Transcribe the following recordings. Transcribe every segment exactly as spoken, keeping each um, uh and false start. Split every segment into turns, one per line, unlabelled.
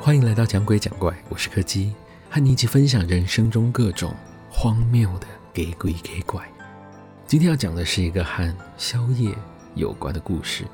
欢迎来到讲鬼讲怪，我是柯基，和你一起分享人生中各种荒谬的给鬼给怪。今天要讲的是一个和宵夜有关的故事。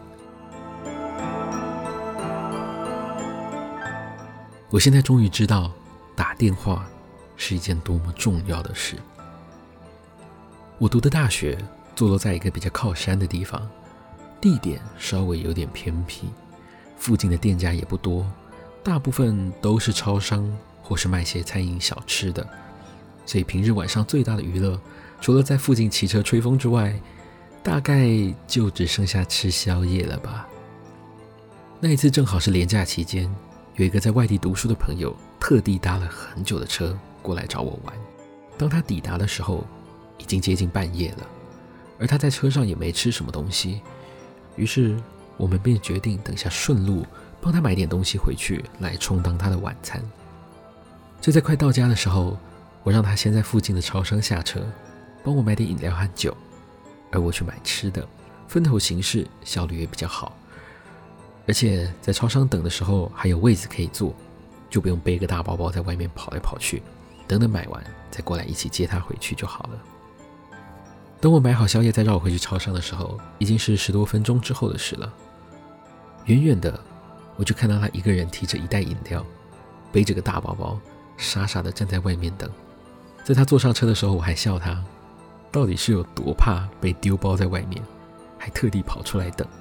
我现在终于知道打电话是一件多么重要的事。我读的大学坐落在一个比较靠山的地方，地点稍微有点偏僻，附近的店家也不多，大部分都是超商或是卖些餐饮小吃的，所以平日晚上最大的娱乐，除了在附近骑车吹风之外，大概就只剩下吃宵夜了吧。那一次正好是连假期间，有一个在外地读书的朋友特地搭了很久的车过来找我玩。当他抵达的时候，已经接近半夜了，而他在车上也没吃什么东西，于是我们便决定等下顺路帮他买点东西回去，来充当他的晚餐。就在快到家的时候，我让他先在附近的超商下车，帮我买点饮料和酒，而我去买吃的，分头行事，效率也比较好。而且在超商等的时候还有位子可以坐，就不用背个大包包在外面跑来跑去，等等买完再过来一起接他回去就好了。等我买好宵夜再绕回去超商的时候，已经是十多分钟之后的事了。远远的我就看到他一个人提着一袋饮料，背着个大包包，傻傻的站在外面等。在他坐上车的时候，我还笑他到底是有多怕被丢包在外面，还特地跑出来等。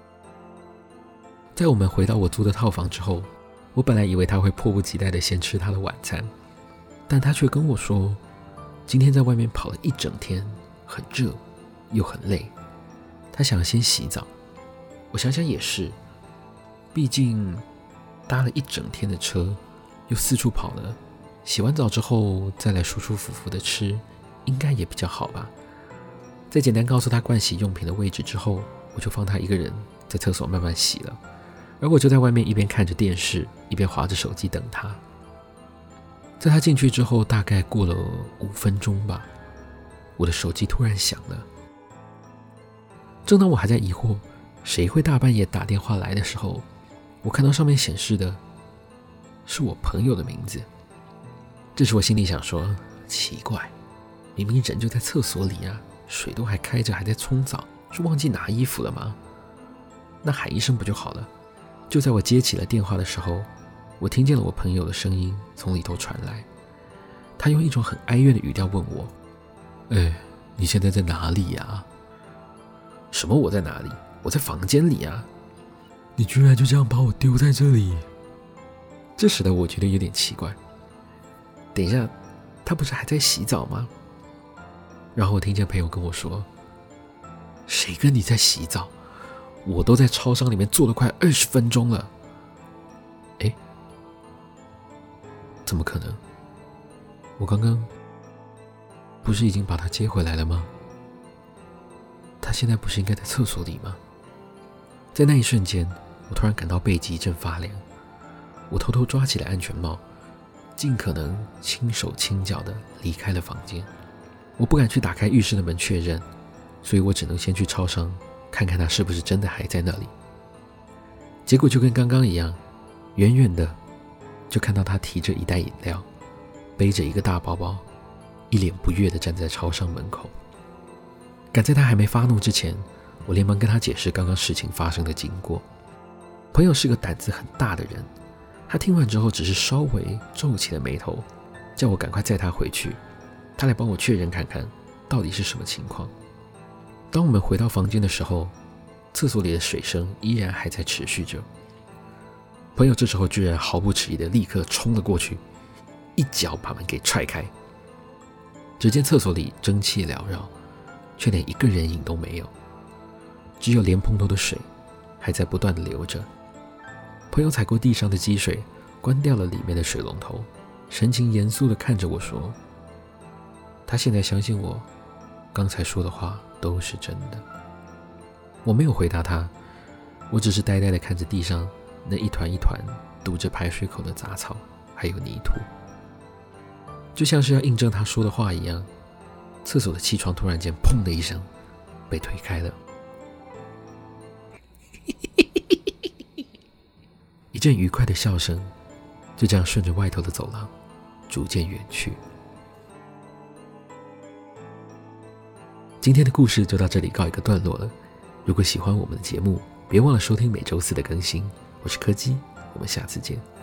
在我们回到我租的套房之后，我本来以为他会迫不及待的先吃他的晚餐，但他却跟我说今天在外面跑了一整天，很热又很累，他想先洗澡。我想想也是，毕竟搭了一整天的车，又四处跑了，洗完澡之后再来舒舒服服的吃，应该也比较好吧。在简单告诉他盥洗用品的位置之后，我就放他一个人在厕所慢慢洗了，而我就在外面一边看着电视，一边滑着手机等他。在他进去之后，大概过了五分钟吧，我的手机突然响了。正当我还在疑惑谁会大半夜打电话来的时候，我看到上面显示的是我朋友的名字。这时我心里想说，奇怪，明明人就在厕所里啊，水都还开着，还在冲澡，是忘记拿衣服了吗？那喊一声不就好了？就在我接起了电话的时候，我听见了我朋友的声音从里头传来。他用一种很哀怨的语调问我，哎，你现在在哪里呀？什么我在哪里？我在房间里啊。你居然就这样把我丢在这里。这使得我觉得有点奇怪。等一下，他不是还在洗澡吗？然后我听见朋友跟我说，谁跟你在洗澡？我都在超商里面坐了快二十分钟了。诶，怎么可能？我刚刚不是已经把他接回来了吗？他现在不是应该在厕所里吗？在那一瞬间，我突然感到背脊一阵发凉。我偷偷抓起了安全帽，尽可能轻手轻脚地离开了房间。我不敢去打开浴室的门确认，所以我只能先去超商看看他是不是真的还在那里。结果就跟刚刚一样，远远的就看到他提着一袋饮料，背着一个大包包，一脸不悦地站在超商门口。赶在他还没发怒之前，我连忙跟他解释刚刚事情发生的经过。朋友是个胆子很大的人，他听完之后只是稍微皱起了眉头，叫我赶快载他回去，他来帮我确认看看到底是什么情况。当我们回到房间的时候，厕所里的水声依然还在持续着。朋友这时候居然毫不迟疑的立刻冲了过去，一脚把门给踹开。只见厕所里蒸汽缭绕，却连一个人影都没有，只有莲蓬头的水还在不断的流着。朋友踩过地上的积水，关掉了里面的水龙头，神情严肃地看着我说，他现在相信我刚才说的话都是真的。我没有回答他，我只是呆呆地看着地上那一团一团堵着排水口的杂草还有泥土。就像是要印证他说的话一样，厕所的气窗突然间砰的一声被推开了。一阵愉快的笑声就这样顺着外头的走廊逐渐远去。今天的故事就到这里告一个段落了。如果喜欢我们的节目，别忘了收听每周四的更新。我是柯基，我们下次见。